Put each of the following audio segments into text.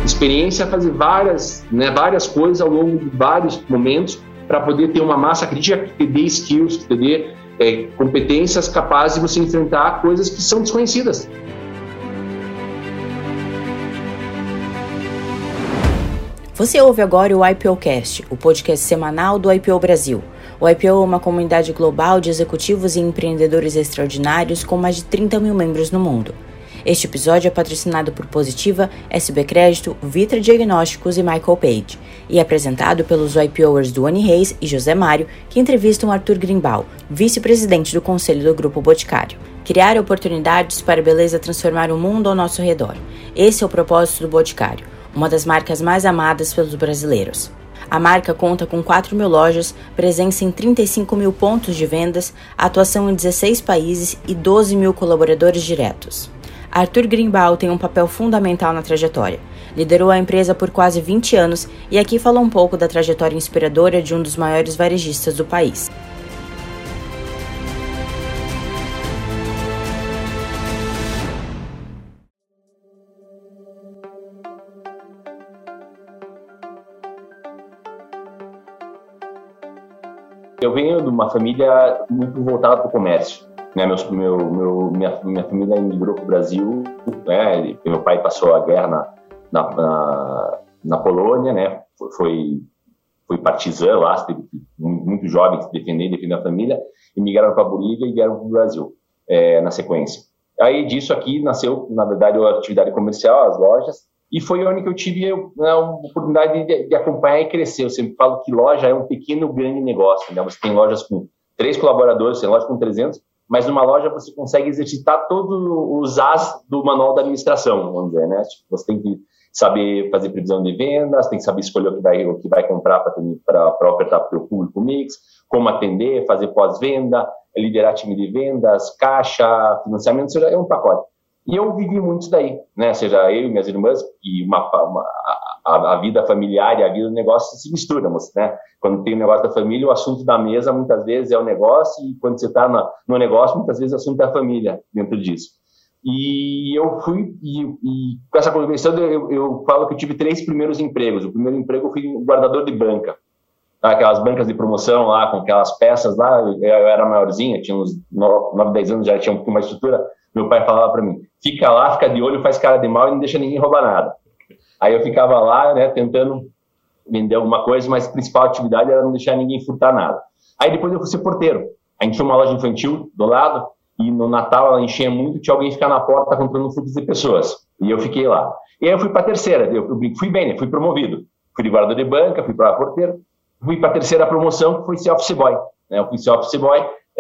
experiência, fazer várias coisas ao longo de vários momentos para poder ter uma massa crítica que te dê skills, que te dê competências capazes de você enfrentar coisas que são desconhecidas. Você ouve agora o IPOcast, o podcast semanal do IPO Brasil. O IPO é uma comunidade global de executivos e empreendedores extraordinários com mais de 30 mil membros no mundo. Este episódio é patrocinado por Positiva, SB Crédito, Vitra Diagnósticos e Michael Page, e é apresentado pelos IPOers Duane Reis e José Mário, que entrevistam Arthur Greenbaum, vice-presidente do Conselho do Grupo Boticário. Criar oportunidades para a beleza transformar o mundo ao nosso redor. Esse é o propósito do Boticário, uma das marcas mais amadas pelos brasileiros. A marca conta com 4 mil lojas, presença em 35 mil pontos de vendas, atuação em 16 países e 12 mil colaboradores diretos. Arthur Greenbaum tem um papel fundamental na trajetória. Liderou a empresa por quase 20 anos e aqui fala um pouco da trajetória inspiradora de um dos maiores varejistas do país. Eu venho de uma família muito voltada para o comércio. Né, minha família emigrou para o Brasil, né, meu pai passou a guerra na Polônia, né, foi partizan lá, teve muitos jovens defendendo a família, emigraram para a Bolívia e vieram para o Brasil na sequência. Aí disso aqui nasceu, na verdade, a atividade comercial, as lojas, e foi onde que eu tive a oportunidade de acompanhar e crescer. Eu sempre falo que loja é um pequeno grande negócio, né? Você tem lojas com 3 colaboradores, tem loja com 300, mas numa loja você consegue exercitar todos os as do manual da administração, vamos dizer, né? Tipo, você tem que saber fazer previsão de vendas, tem que saber escolher o que vai comprar para ofertar para o público mix, como atender, fazer pós-venda, liderar time de vendas, caixa, financiamento, ou seja, é um pacote. E eu vivi muito isso daí, né? Ou seja, eu e minhas irmãs, e a vida familiar e a vida do negócio se misturam, né? Quando tem o negócio da família, o assunto da mesa muitas vezes é o negócio, e quando você está no negócio, muitas vezes o assunto é a família dentro disso. E eu fui, e com essa convenção, eu falo que eu tive 3 primeiros empregos. O primeiro emprego eu fui guardador de banca, tá? Aquelas bancas de promoção lá, com aquelas peças lá. Eu era maiorzinha, tinha uns 9, 10 anos, já tinha um pouquinho mais de estrutura. Meu pai falava para mim, fica lá, fica de olho, faz cara de mal e não deixa ninguém roubar nada. Aí eu ficava lá, né, tentando vender alguma coisa, mas a principal atividade era não deixar ninguém furtar nada. Aí depois eu fui ser porteiro. A gente tinha uma loja infantil do lado, e no Natal ela enchia muito, tinha alguém ficar na porta comprando frutas de pessoas. E eu fiquei lá. E aí eu fui para a terceira, eu fui bem, né, fui promovido. Fui de guardador de banca, fui para porteiro, fui para a terceira promoção, que foi ser office boy. Né, eu fui ser office boy,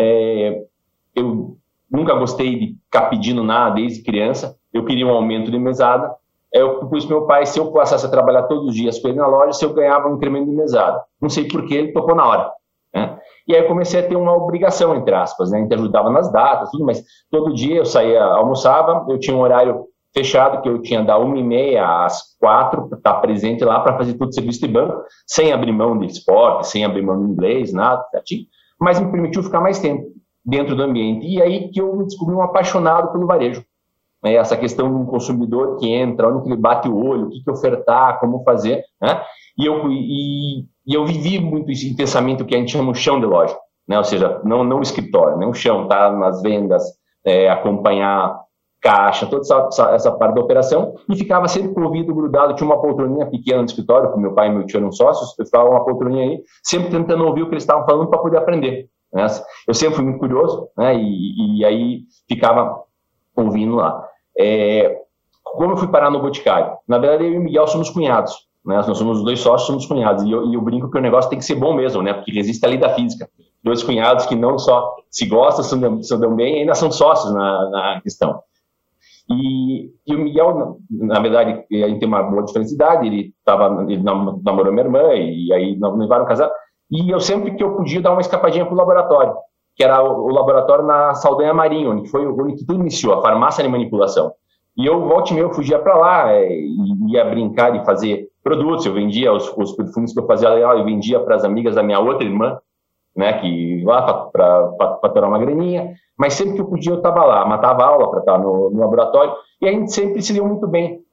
eu nunca gostei de ficar pedindo nada desde criança. Eu queria um aumento de mesada. Eu propus para meu pai, se eu passasse a trabalhar todos os dias com ele na loja, se eu ganhava um incremento de mesada. Não sei por que, ele topou na hora. Né? E aí eu comecei a ter uma obrigação, entre aspas, né? A gente ajudava nas datas, tudo, mas todo dia eu saía, almoçava, eu tinha um horário fechado, que eu tinha da 1h30 às 4h, para estar presente lá para fazer todo o serviço de banco, sem abrir mão de esporte, sem abrir mão de inglês, nada, certinho, mas me permitiu ficar mais tempo dentro do ambiente. E aí que eu me descobri um apaixonado pelo varejo. Essa questão de um consumidor que entra, onde ele bate o olho, o que ofertar, como fazer, né? E eu vivi muito isso intensamente, o que a gente chama o chão de loja, né? Ou seja, não o escritório, né? O chão, tá nas vendas, acompanhar caixa, toda essa parte da operação, e ficava sempre com o ouvido grudado. Tinha uma poltroninha pequena no escritório, porque meu pai e meu tio eram sócios, eu ficava uma poltroninha aí, sempre tentando ouvir o que eles estavam falando para poder aprender. Né? Eu sempre fui muito curioso, né? E aí ficava ouvindo lá. Como eu fui parar no Boticário? Na verdade, eu e o Miguel somos cunhados, né? Nós somos os 2 sócios, somos cunhados, e eu brinco que o negócio tem que ser bom mesmo, né? Porque resiste a lei da física. 2 cunhados que não só se gostam, se dão bem, ainda são sócios na questão. E o Miguel, na verdade, a gente tem uma boa diferença de idade, ele namorou minha irmã, e aí noivaram casar. E eu sempre que eu podia dar uma escapadinha para o laboratório, que era o laboratório na Saldanha Marinho, onde que tudo iniciou, a farmácia de manipulação. E eu, volta e meia, eu fugia para lá, ia brincar de fazer produtos. Eu vendia os perfumes que eu fazia lá, eu vendia para as amigas da minha outra irmã, né, que lá para faturar uma graninha. Mas sempre que eu podia, eu estava lá, matava a aula para estar no laboratório. E a gente sempre se deu muito bem.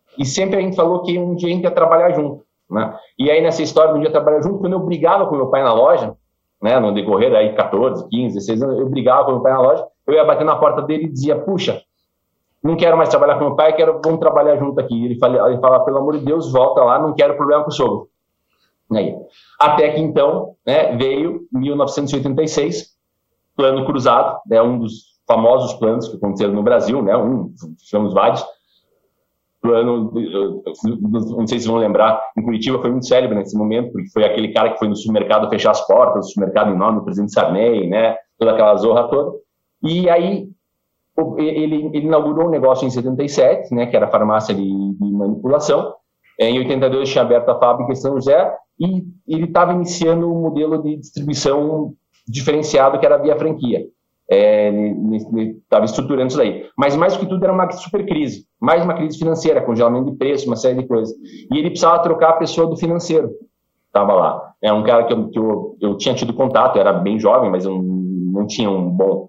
E sempre a gente falou que um dia a gente ia trabalhar junto, né? E aí nessa história de um dia trabalhar junto, quando eu brigava com meu pai na loja, né, no decorrer aí 14, 15, 16 anos, eu brigava com meu pai na loja, eu ia bater na porta dele e dizia, puxa, não quero mais trabalhar com meu pai, vamos trabalhar junto aqui. Ele fala, pelo amor de Deus, volta lá, não quero problema com o sogro. Aí, até que então, né, veio 1986, Plano Cruzado, né, um dos famosos planos que aconteceram no Brasil, né, tivemos vários. Plano, não sei se vão lembrar, em Curitiba foi muito célebre nesse momento, porque foi aquele cara que foi no supermercado fechar as portas, o supermercado em nome do presidente Sarney, né, toda aquela zorra toda. E aí ele inaugurou um negócio em 77, né, que era a farmácia de manipulação. Em 82 tinha aberto a fábrica em São José e ele estava iniciando um modelo de distribuição diferenciado que era via franquia. Ele estava estruturando isso daí. Mas mais do que tudo era uma super crise, mais uma crise financeira, congelamento de preço, uma série de coisas. E ele precisava trocar a pessoa do financeiro. Estava lá. É um cara que eu tinha tido contato, eu era bem jovem, mas eu não tinha um bom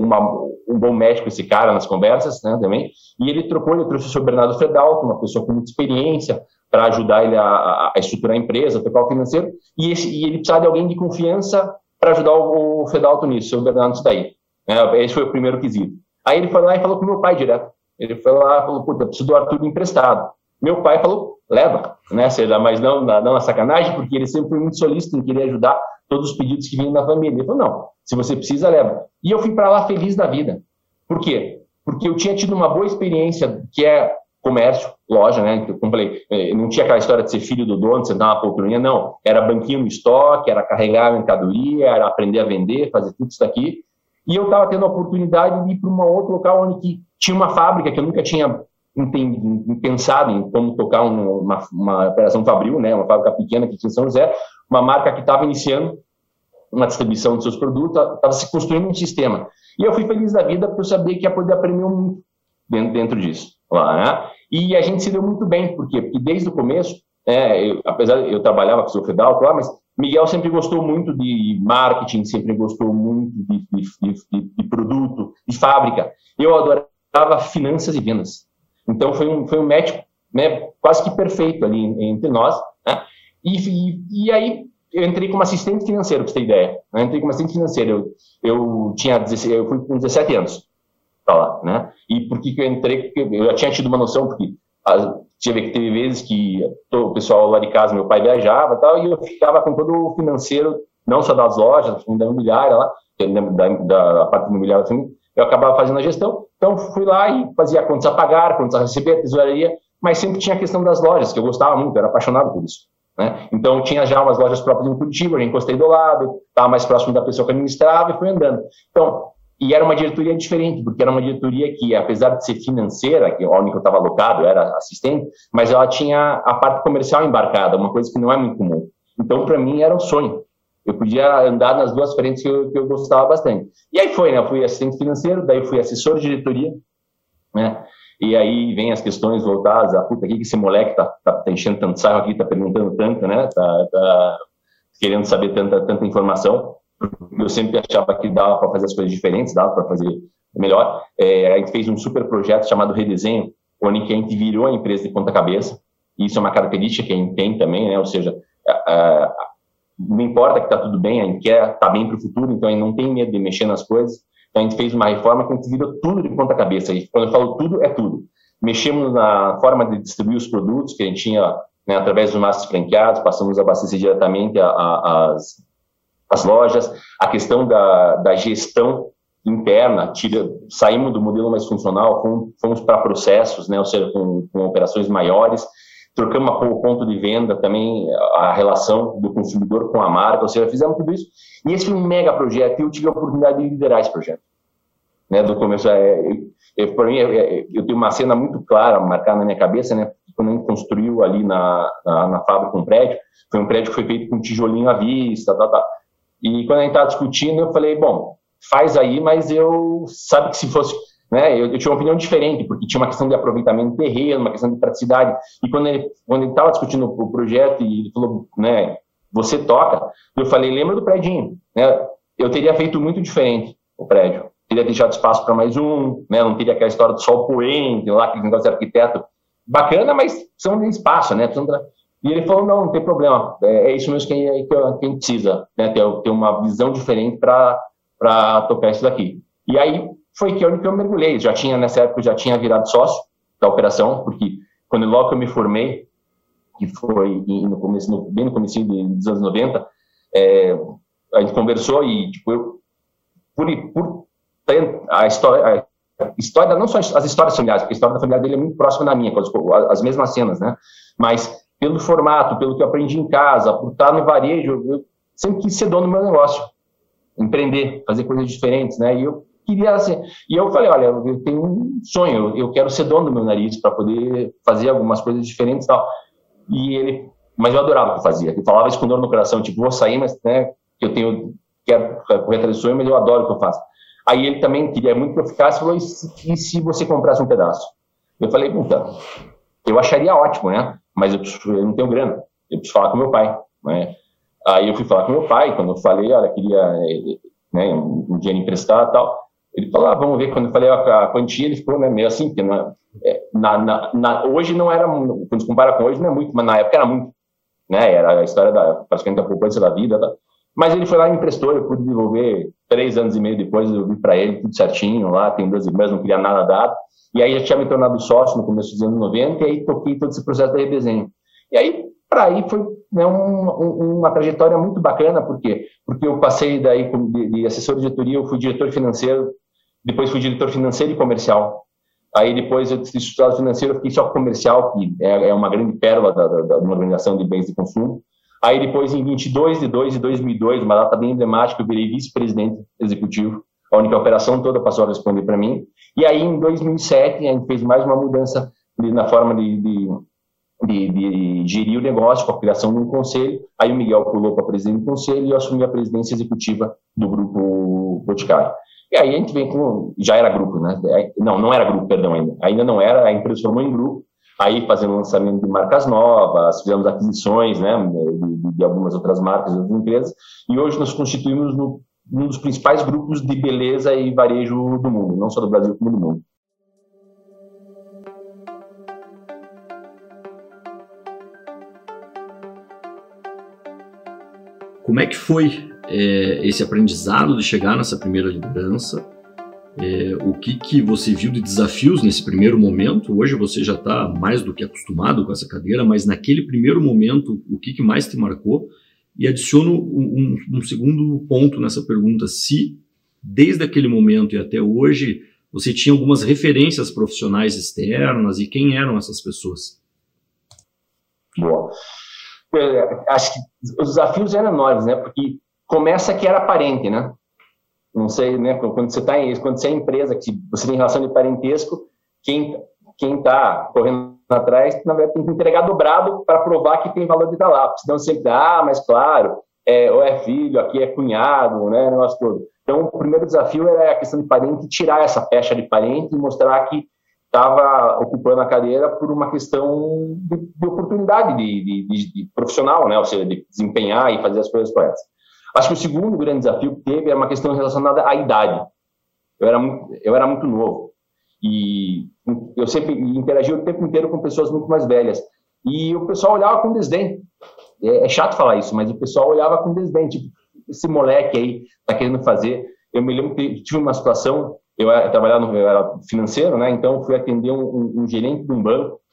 médico esse cara nas conversas, né, também. E ele trouxe o Sr. Bernardo Fedalto, uma pessoa com muita experiência, para ajudar ele a estruturar a empresa, tocar o financeiro. E ele precisava de alguém de confiança para ajudar o Fedalto nisso, o Sr. Bernardo está aí. Esse foi o primeiro quesito. Aí ele foi lá e falou com meu pai direto. Ele foi lá e falou, puta, preciso do Arthur emprestado. Meu pai falou, leva, né? Mas não na sacanagem, porque ele sempre foi muito solícito em querer ajudar todos os pedidos que vinham da família. Ele falou, não, se você precisa, leva. E eu fui para lá feliz da vida. Por quê? Porque eu tinha tido uma boa experiência, que é comércio, loja, né? Como eu falei, não tinha aquela história de ser filho do dono, de sentar uma poltroninha, não. Era banquinho no estoque, era carregar a mercadoria, era aprender a vender, fazer tudo isso daqui. E eu estava tendo a oportunidade de ir para um outro local onde tinha uma fábrica que eu nunca tinha pensado em como tocar uma operação fabril, né? Uma fábrica pequena que tinha em São José, uma marca que estava iniciando uma distribuição de seus produtos, estava se construindo um sistema. E eu fui feliz da vida porque eu sabia que ia poder aprender muito dentro disso. Lá, né? E a gente se deu muito bem, por quê? Porque desde o começo, apesar de eu trabalhava com o seu Fedalto lá, mas Miguel sempre gostou muito de marketing, sempre gostou muito de produto, de fábrica. Eu adorava finanças e vendas. Então foi um match, né, quase que perfeito ali entre nós. Né? E aí eu entrei como assistente financeiro, para você ter ideia. Eu entrei como assistente financeiro. Eu fui com 17 anos para lá, né? E por que eu entrei? Porque eu já tinha tido uma noção, porque teve vezes que o pessoal lá de casa, meu pai viajava e tal, e eu ficava com todo o financeiro, não só das lojas, da imobiliária lá, da parte imobiliária assim, eu acabava fazendo a gestão. Então fui lá e fazia contas a pagar, contas a receber, tesouraria, mas sempre tinha a questão das lojas, que eu gostava muito, eu era apaixonado por isso. Né? Então eu tinha já umas lojas próprias em Curitiba, eu encostei do lado, estava mais próximo da pessoa que administrava e fui andando. Então, e era uma diretoria diferente, porque era uma diretoria que, apesar de ser financeira, que onde eu estava alocado, eu era assistente, mas ela tinha a parte comercial embarcada, uma coisa que não é muito comum. Então, para mim, era um sonho. Eu podia andar nas duas frentes que eu gostava bastante. E aí foi, né? Eu fui assistente financeiro, daí eu fui assessor de diretoria, né? E aí vem as questões voltadas a, puta, que esse moleque tá enchendo tanto saco aqui, tá perguntando tanto, né? Tá querendo saber tanta informação. Eu sempre achava que dava para fazer as coisas diferentes, dava para fazer melhor. A gente fez um super projeto chamado Redesenho, onde a gente virou a empresa de ponta cabeça. E isso é uma característica que a gente tem também, né? Ou seja, não importa que está tudo bem, a gente quer estar bem para o futuro, então a gente não tem medo de mexer nas coisas. Então a gente fez uma reforma que a gente virou tudo de ponta cabeça. E quando eu falo tudo, é tudo. Mexemos na forma de distribuir os produtos que a gente tinha, né, através dos nossos franqueados, passamos a abastecer diretamente as lojas, a questão da gestão interna, saímos do modelo mais funcional, fomos para processos, né, ou seja, com operações maiores, trocamos o ponto de venda também, a relação do consumidor com a marca, ou seja, fizemos tudo isso. E esse foi um mega projeto e eu tive a oportunidade de liderar esse projeto. Né, do começo, para mim, eu tenho uma cena muito clara, marcada na minha cabeça, né, quando a gente construiu ali na fábrica um prédio, foi um prédio que foi feito com tijolinho à vista, E quando a gente estava discutindo, eu falei, bom, faz aí, mas sabe que se fosse, né, eu tinha uma opinião diferente, porque tinha uma questão de aproveitamento de terreno, uma questão de praticidade, e quando ele estava discutindo o projeto, e ele falou, né, você toca, eu falei, lembra do predinho, né, eu teria feito muito diferente o prédio, teria deixado espaço para mais um, né, não teria aquela história do sol poente, lá, aquele negócio de arquiteto, bacana, mas precisam de espaço, né? E ele falou, não tem problema, é isso mesmo que a gente precisa, né? Ter uma visão diferente para tocar isso daqui. E aí foi que eu mergulhei, nessa época eu já tinha virado sócio da operação, porque logo que eu me formei, que foi bem no comecinho dos anos 90, a gente conversou e, tipo, a história, não só as histórias familiares, porque a história da família dele é muito próxima da minha, as mesmas cenas, né? Mas pelo formato, pelo que eu aprendi em casa, por estar no varejo, eu sempre quis ser dono do meu negócio, empreender, fazer coisas diferentes, né? E eu queria ser. E eu falei, olha, eu tenho um sonho, eu quero ser dono do meu nariz para poder fazer algumas coisas diferentes e tal. Mas eu adorava o que eu fazia. Eu falava isso com dor no coração, tipo, vou sair, mas, né, quero correr atrás do sonho, mas eu adoro o que eu faço. Aí ele também queria muito que eu ficasse, falou, e se você comprasse um pedaço? Eu falei, puta, eu acharia ótimo, né? Mas eu não tenho grana, eu preciso falar com meu pai, né? Aí eu fui falar com meu pai, quando eu falei, olha, queria, né, um dinheiro emprestado e tal. Ele falou, vamos ver. Quando eu falei a quantia, ele ficou, né, meio assim, porque hoje não era, quando se compara com hoje, não é muito, mas na época era muito, né? Era a história praticamente da poupança da vida, tá? Mas ele foi lá e me emprestou, eu pude devolver 3 anos e meio depois, eu vi para ele tudo certinho lá, tem 2 irmãs, não queria nada dado. E aí já tinha me tornado sócio no começo dos anos 90, e aí toquei todo esse processo da redesenho. E aí, para aí foi, né, uma trajetória muito bacana, por quê? Porque eu passei daí de assessor de diretoria, eu fui diretor financeiro, depois fui diretor financeiro e comercial. Aí depois eu disse estruturado financeiro, eu fiquei só com comercial, que é uma grande pérola de uma organização de bens de consumo. Aí depois, em 22 de 2 de 2002, uma data bem emblemática, eu virei vice-presidente executivo. A única operação toda passou a responder para mim. E aí, em 2007, a gente fez mais uma mudança na forma de gerir o negócio, com a criação de um conselho. Aí o Miguel pulou para presidente do conselho e eu assumi a presidência executiva do Grupo Boticário. E aí a gente vem com... Já era grupo, né? Não era grupo, perdão, ainda. Ainda não era, a empresa formou em grupo. Aí fazendo lançamento de marcas novas, fizemos aquisições, né, de algumas outras marcas, de outras empresas. E hoje nos constituímos num dos principais grupos de beleza e varejo do mundo, não só do Brasil, como do mundo. Como é que foi esse aprendizado de chegar nessa primeira liderança? O que você viu de desafios nesse primeiro momento? Hoje você já está mais do que acostumado com essa cadeira, mas naquele primeiro momento, o que mais te marcou? E adiciono um segundo ponto nessa pergunta, se desde aquele momento e até hoje você tinha algumas referências profissionais externas e quem eram essas pessoas? Boa. Acho que os desafios eram enormes, né? Porque começa que era parente, né? Não sei, né? Quando você é empresa, que você tem relação de parentesco, quem está correndo atrás, na verdade, tem que entregar dobrado para provar que tem valor de estar lá. Senão sempre, mas claro, ou é filho, aqui é cunhado, né? O negócio todo. Então, o primeiro desafio era a questão de parente, tirar essa pecha de parente e mostrar que estava ocupando a cadeira por uma questão de oportunidade de profissional, né? Ou seja, de desempenhar e fazer as coisas corretas. Acho que o segundo grande desafio que teve é uma questão relacionada à idade. Eu era muito novo e eu sempre interagia o tempo inteiro com pessoas muito mais velhas e o pessoal olhava com desdém. É chato falar isso, mas o pessoal olhava com desdém, tipo, esse moleque aí tá querendo fazer. Eu me lembro que tive uma situação, eu era financeiro, né? Então fui atender um gerente de um banco.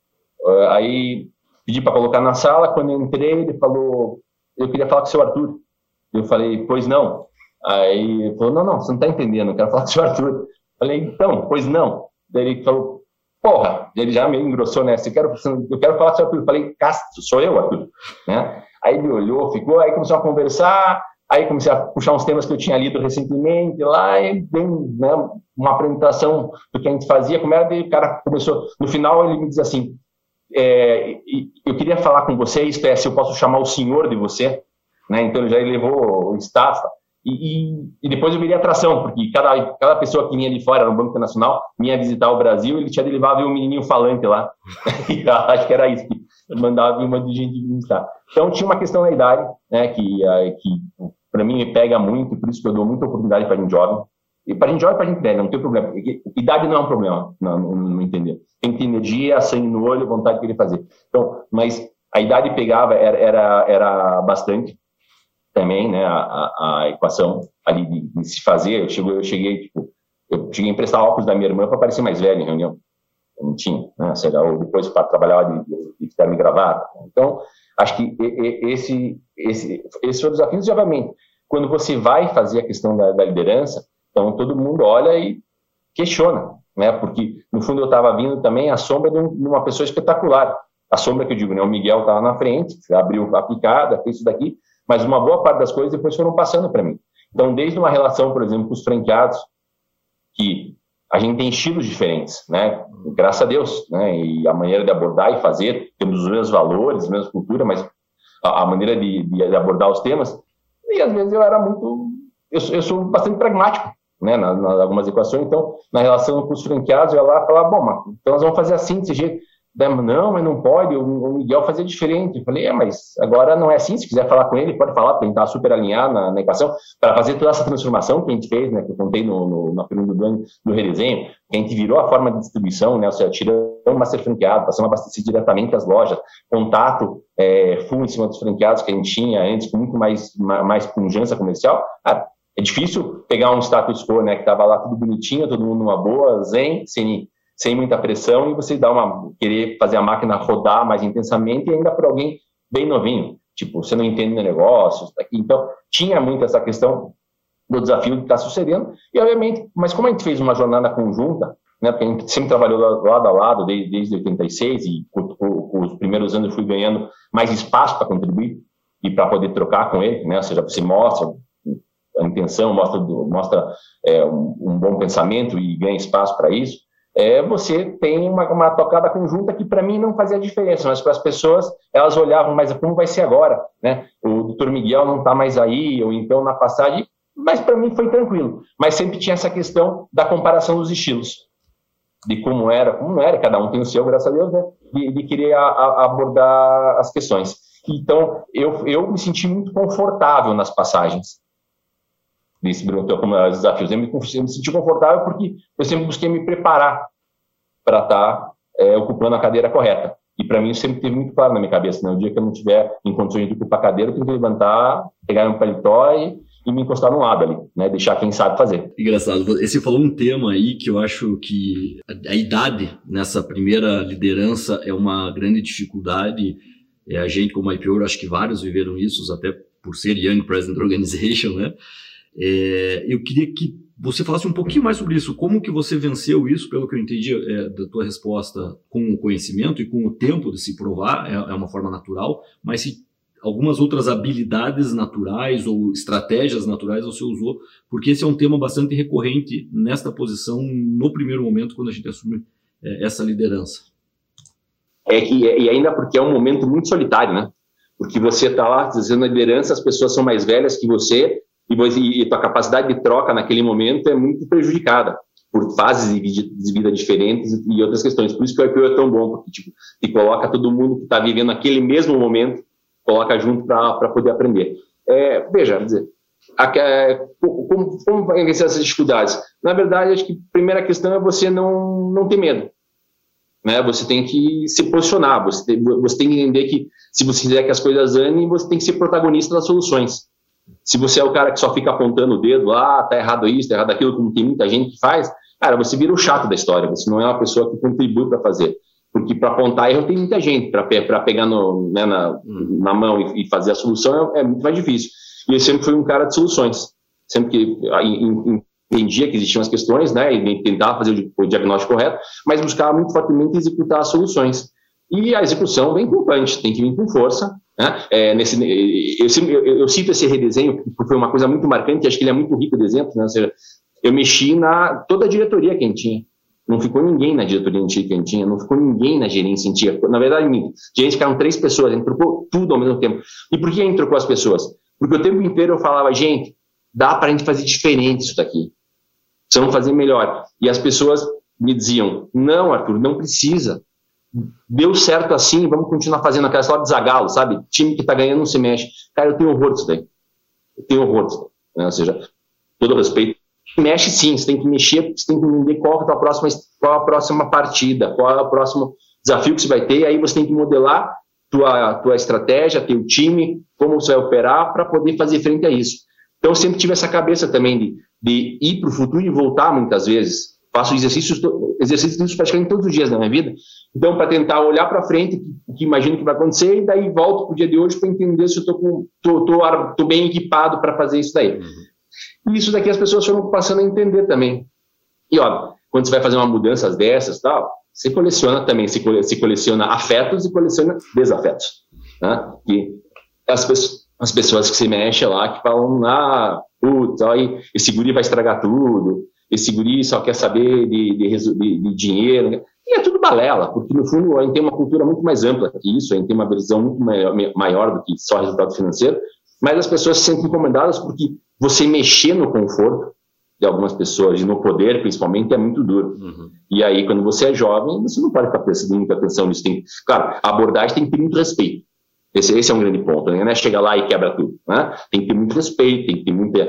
Aí pedi para colocar na sala. Quando eu entrei, ele falou: eu queria falar com o seu Arthur. Eu falei: pois não. Aí ele falou: não, você não está entendendo, eu quero falar com o seu Arthur. Eu falei: então, pois não. Daí ele falou: porra, ele já me engrossou nessa, eu quero falar com o seu Arthur. Eu falei: sou eu, Arthur. Né? Aí ele olhou, ficou, aí começou a conversar, aí comecei a puxar uns temas que eu tinha lido recentemente lá, e dei, né, uma apresentação do que a gente fazia, como era, e o cara começou, no final ele me diz assim: eu queria falar com você, se eu posso chamar o senhor de você. Né? Então ele já levou o staff e depois eu virei atração, porque cada pessoa que vinha de fora, no Banco Internacional, vinha visitar o Brasil, ele tinha de levar ver um menininho falante lá. E acho que era isso, que mandava vir uma de gente visitar. Então tinha uma questão da idade, né, que para mim me pega muito, por isso que eu dou muita oportunidade para gente jovem. E para a gente jovem e para a gente velha, não tem problema. Idade não é um problema, não entender. Tem que ter energia, sangue no olho, vontade de querer fazer. Então, mas a idade pegava, era bastante também, né, a equação ali de se fazer. Eu cheguei a emprestar óculos da minha irmã para parecer mais velho em reunião. Eu não tinha, né? Ou depois para trabalhar de ficar me gravado. Então, acho que esse foi o desafio, e obviamente, quando você vai fazer a questão da liderança, então todo mundo olha e questiona, né? Porque, no fundo, eu estava vindo também à sombra de uma pessoa espetacular. A sombra que eu digo, né? O Miguel estava na frente, abriu a picada, fez isso daqui, mas uma boa parte das coisas depois foram passando para mim. Então, desde uma relação, por exemplo, com os franqueados, que a gente tem estilos diferentes, né? Graças a Deus, né? E a maneira de abordar e fazer, temos os mesmos valores, a mesma cultura, mas a maneira de abordar os temas, e às vezes eu sou bastante pragmático, né? Nas algumas equações. Então, na relação com os franqueados, eu ia lá e falava, bom, mas, então nós vamos fazer assim, desse jeito. Não, mas não pode, o Miguel fazia diferente. Eu falei, mas agora não é assim, se quiser falar com ele, pode falar, porque a gente está super alinhado na equação, para fazer toda essa transformação que a gente fez, né, que eu contei na pergunta do redesenho, que a gente virou a forma de distribuição, né, ou seja, tirando o master franqueado, passando a abastecer diretamente as lojas, contato full em cima dos franqueados que a gente tinha antes, com muito mais pujança comercial. É difícil pegar um status quo, né, que estava lá tudo bonitinho, todo mundo numa boa, zen, sem muita pressão, e você querer fazer a máquina rodar mais intensamente, e ainda por alguém bem novinho, tipo, você não entende o negócio, tá aqui. Então, tinha muito essa questão do desafio que está sucedendo, e obviamente, mas como a gente fez uma jornada conjunta, né, porque a gente sempre trabalhou lado a lado desde 86, e com os primeiros anos eu fui ganhando mais espaço para contribuir, e para poder trocar com ele, né, ou seja, você mostra a intenção, mostra um bom pensamento e ganha espaço para isso. Você tem uma tocada conjunta que para mim não fazia diferença, mas para as pessoas, elas olhavam, mas como vai ser agora, né? O Dr. Miguel não está mais aí, ou então na passagem, mas para mim foi tranquilo. Mas sempre tinha essa questão da comparação dos estilos, de como era, cada um tem o seu, graças a Deus, né? De querer abordar as questões. Então, eu me senti muito confortável nas passagens desse como os desafios. Eu me senti confortável porque eu sempre busquei me preparar para estar ocupando a cadeira correta. E para mim isso sempre teve muito claro na minha cabeça, né? O dia que eu não tiver em condições de ocupar a cadeira, eu tenho que levantar, pegar um paletó e me encostar no lado ali, né? Deixar quem sabe fazer. Engraçado. Você falou um tema aí que eu acho que a idade nessa primeira liderança é uma grande dificuldade. A gente, como IPO, acho que vários viveram isso, até por ser Young President Organization, né? Eu queria que você falasse um pouquinho mais sobre isso. Como que você venceu isso, pelo que eu entendi da tua resposta, com o conhecimento e com o tempo de se provar, é uma forma natural, mas se algumas outras habilidades naturais ou estratégias naturais você usou, porque esse é um tema bastante recorrente nesta posição no primeiro momento, quando a gente assume essa liderança. E ainda porque é um momento muito solitário, né? Porque você está lá dizendo a liderança, as pessoas são mais velhas que você, e tua capacidade de troca naquele momento é muito prejudicada por fases de vida diferentes e outras questões. Por isso que o IPO é tão bom, porque te coloca todo mundo que está vivendo aquele mesmo momento, coloca junto para poder aprender. Veja, dizer, como vai vencer essas dificuldades? Na verdade, acho que a primeira questão é você não ter medo. Né? Você tem que se posicionar, você tem que entender que se você quiser que as coisas andem, você tem que ser protagonista das soluções. Se você é o cara que só fica apontando o dedo, tá errado isso, tá errado aquilo, como tem muita gente que faz, cara, você vira o chato da história, você não é uma pessoa que contribui para fazer. Porque para apontar erro tem muita gente, para pegar na mão e fazer a solução é muito mais difícil. E eu sempre fui um cara de soluções. Sempre que entendia que existiam as questões, né, e tentava fazer o diagnóstico correto, mas buscava muito fortemente executar as soluções. E a execução vem com punch, tem que vir com força. Né? Eu cito esse redesenho porque foi uma coisa muito marcante, acho que ele é muito rico de exemplos, né? Ou seja, eu mexi toda a diretoria que a gente tinha, não ficou ninguém na diretoria antiga que a gente tinha, não ficou ninguém na gerência antiga, na verdade, gerente ficaram 3 pessoas, a gente trocou tudo ao mesmo tempo. E por que a gente trocou as pessoas? Porque o tempo inteiro eu falava, gente, dá pra gente fazer diferente isso daqui, precisamos fazer melhor, e as pessoas me diziam, não, Arthur, não precisa, deu certo assim, vamos continuar fazendo aquela história de Zagallo, sabe? Time que tá ganhando não se mexe. Cara, eu tenho horror disso daí. Né? Ou seja, todo respeito Mexe sim, você tem que mexer, você tem que entender qual é a próxima partida, qual é o próximo desafio que você vai ter, e aí você tem que modelar tua estratégia, teu time, como você vai operar para poder fazer frente a isso. Então, eu sempre tive essa cabeça também de ir para o futuro e voltar muitas vezes. Faço exercícios praticamente todos os dias da minha vida. Então, para tentar olhar para frente, que imagino que vai acontecer, e daí volto para o dia de hoje para entender se eu estou bem equipado para fazer isso daí. E isso daqui as pessoas foram passando a entender também. E, ó, quando você vai fazer uma mudança dessas, tal, você coleciona também, se coleciona afetos e coleciona desafetos. Né? E as pessoas que se mexem lá, que falam, putz, esse guri vai estragar tudo, esse guri só quer saber de dinheiro, né? E é tudo balela, porque no fundo a gente tem uma cultura muito mais ampla que isso, a gente tem uma visão muito maior do que só resultado financeiro, mas as pessoas se sentem incomodadas porque você mexer no conforto de algumas pessoas e no poder, principalmente, é muito duro. E aí, quando você é jovem, você não pode ficar prestando muita atenção nisso. Claro, a abordagem tem que ter muito respeito. Esse é um grande ponto, né? Não é chegar lá e quebra tudo, né? Tem que ter muito respeito, tem que ter muita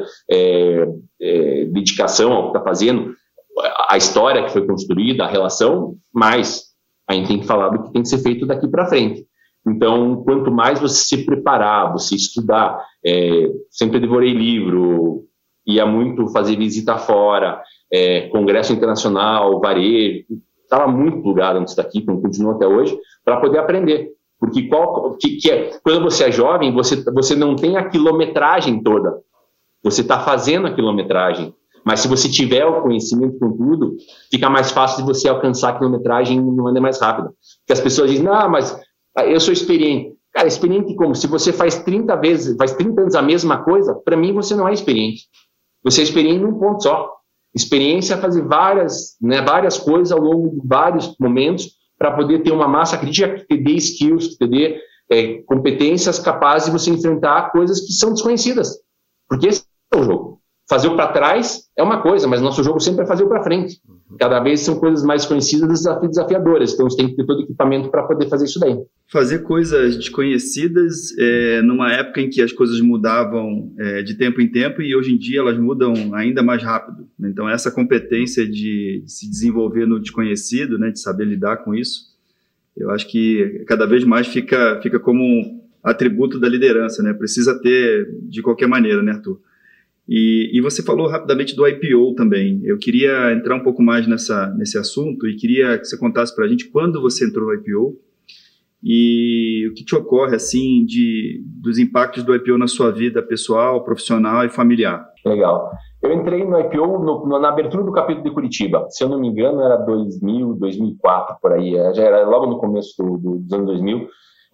dedicação ao que está fazendo, a história que foi construída, a relação, mas a gente tem que falar do que tem que ser feito daqui para frente. Então, quanto mais você se preparar, você estudar, sempre devorei livro, ia muito fazer visita fora, congresso internacional, varejo, estava muito plugado antes daqui, como continua até hoje, para poder aprender. Porque quando você é jovem, você não tem a quilometragem toda, você está fazendo a quilometragem, mas se você tiver o conhecimento com tudo, fica mais fácil de você alcançar a quilometragem de maneira mais rápida. Porque as pessoas dizem, mas eu sou experiente. Cara, experiente como? Se você faz 30 anos a mesma coisa, para mim você não é experiente. Você é experiente num ponto só. Experiência é fazer várias coisas ao longo de vários momentos para poder ter uma massa crítica que te dê skills, que te dê competências capazes de você enfrentar coisas que são desconhecidas. Porque esse é o jogo. Fazer o para trás é uma coisa, mas nosso jogo sempre é fazer o para frente. Cada vez são coisas mais conhecidas e desafiadoras. Então, você tem que ter todo o equipamento para poder fazer isso daí. Fazer coisas desconhecidas numa época em que as coisas mudavam de tempo em tempo e hoje em dia elas mudam ainda mais rápido. Então, essa competência de se desenvolver no desconhecido, né, de saber lidar com isso, eu acho que cada vez mais fica como um atributo da liderança, né? Precisa ter de qualquer maneira, né, Arthur? E você falou rapidamente do IPO também. Eu queria entrar um pouco mais nesse assunto e queria que você contasse para a gente quando você entrou no IPO e o que te ocorre, assim, dos impactos do IPO na sua vida pessoal, profissional e familiar. Legal. Eu entrei no IPO na abertura do capítulo de Curitiba. Se eu não me engano, era 2000, 2004, por aí. Já era logo no começo dos anos 2000.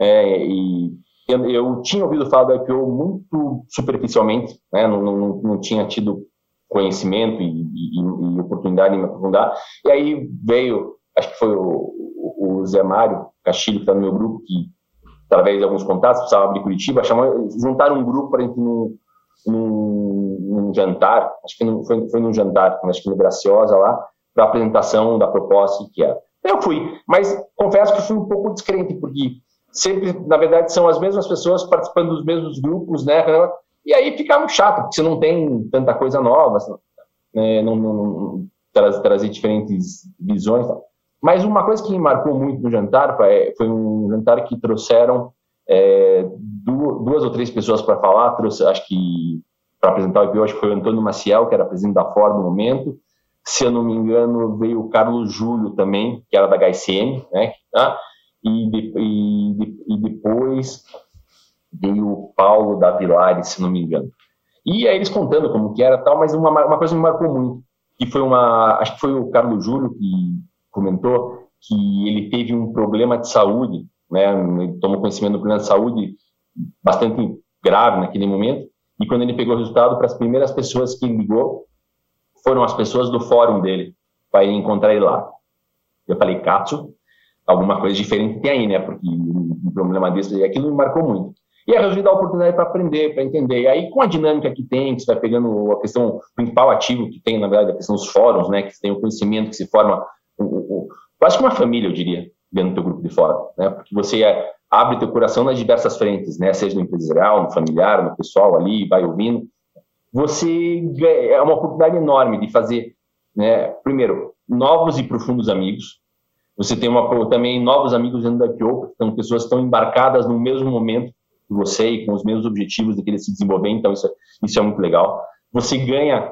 E eu tinha ouvido falar do IPO muito superficialmente, né? Não tinha tido conhecimento e oportunidade de me aprofundar. E aí veio, acho que foi o Zé Mário Castilho, que está no meu grupo, que, através de alguns contatos, precisava abrir Curitiba, juntaram um grupo para a gente num jantar, acho que foi num jantar, acho que no Graciosa lá, para a apresentação da proposta que era. Eu fui, mas confesso que fui um pouco descrente, porque sempre, na verdade, são as mesmas pessoas participando dos mesmos grupos, né? E aí fica muito chato, porque você não tem tanta coisa nova, né? Não trazer diferentes visões. Mas uma coisa que me marcou muito no jantar foi um jantar que trouxeram 2 ou 3 pessoas para falar. Acho que para apresentar o IPO, acho que foi o Antônio Maciel, que era presidente da Ford no momento. Se eu não me engano, veio o Carlos Júlio também, que era da HSM, né? E depois veio o Paulo da Vilares, se não me engano. E aí eles contando como que era tal, mas uma coisa me marcou muito, que foi acho que foi o Carlos Júlio que comentou que ele teve um problema de saúde, né? Ele tomou conhecimento do problema de saúde bastante grave naquele momento, e quando ele pegou o resultado, para as primeiras pessoas que ele ligou foram as pessoas do fórum dele, para ir encontrar ele lá. Eu falei, Cássio, alguma coisa diferente tem aí, né? Porque um problema desse, e aquilo me marcou muito. E aí eu resolvi dar a oportunidade para aprender, para entender. E aí, com a dinâmica que tem, que você vai pegando a questão principal ativo que tem, na verdade, a questão dos fóruns, né? Que você tem o conhecimento, que se forma quase que uma família, eu diria, dentro do teu grupo de fórum, né? Porque você abre teu coração nas diversas frentes, né? Seja no empresarial, no familiar, no pessoal ali, vai ouvindo. é uma oportunidade enorme de fazer, né, primeiro, novos e profundos amigos. Você tem também novos amigos dentro da IPO, são pessoas que estão embarcadas no mesmo momento que você e com os mesmos objetivos de querer se desenvolver, então isso é muito legal. Você ganha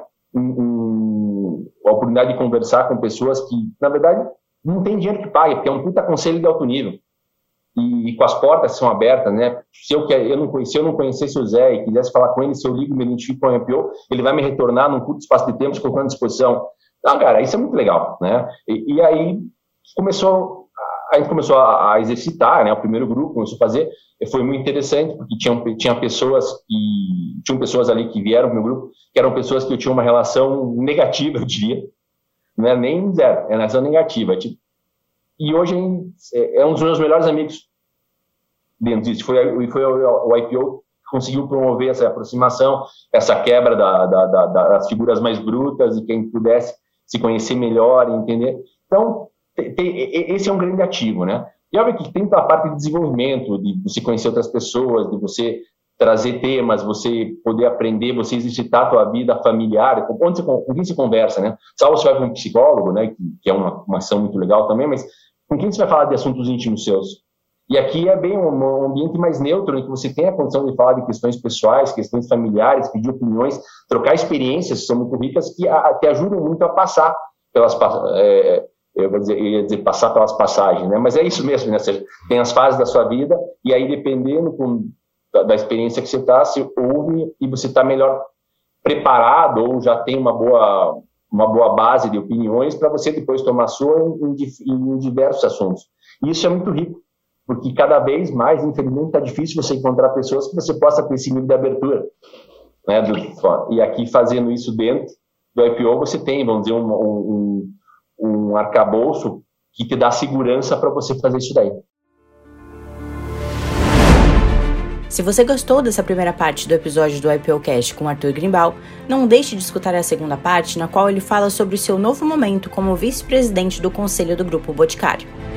a oportunidade de conversar com pessoas que, na verdade, não tem dinheiro que pague, porque é um puta conselho de alto nível. E com as portas que são abertas, né? Se eu não conhecesse o Zé e quisesse falar com ele, se eu ligo e me identifico com a IPO, ele vai me retornar num curto espaço de tempo, se colocando à disposição. Então, cara, isso é muito legal, né? E aí a gente começou a exercitar, né? O primeiro grupo começou a fazer, foi muito interessante, porque tinham pessoas ali que vieram para o meu grupo, que eram pessoas que eu tinha uma relação negativa, eu diria, não é nem zero, é relação negativa, e hoje é um dos meus melhores amigos dentro disso. Foi o IPO que conseguiu promover essa aproximação, essa quebra das figuras mais brutas e quem pudesse se conhecer melhor e entender. Então, esse é um grande ativo, né? E óbvio que tem a parte de desenvolvimento, de você conhecer outras pessoas, de você trazer temas, você poder aprender, você exercitar a tua vida familiar, com quem você conversa, né? Salvo você vai com um psicólogo, né? Que é uma ação muito legal também, mas com quem você vai falar de assuntos íntimos seus? E aqui é bem um ambiente mais neutro, em que você tem a condição de falar de questões pessoais, questões familiares, pedir opiniões, trocar experiências que são muito ricas, que ajudam muito a passar pelas ia dizer passar pelas passagens, né? Mas é isso mesmo, né? Ou seja, tem as fases da sua vida, e aí dependendo da experiência que você está, se ouve e você está melhor preparado ou já tem uma boa base de opiniões para você depois tomar sua em diversos assuntos. E isso é muito rico, porque cada vez mais, infelizmente, está difícil você encontrar pessoas que você possa ter esse nível de abertura, né? E aqui, fazendo isso dentro do IPO, você tem, vamos dizer, um arcabouço que te dá segurança para você fazer isso daí. Se você gostou dessa primeira parte do episódio do IPOcast com Arthur Grimbal, não deixe de escutar a segunda parte, na qual ele fala sobre o seu novo momento como vice-presidente do Conselho do Grupo Boticário.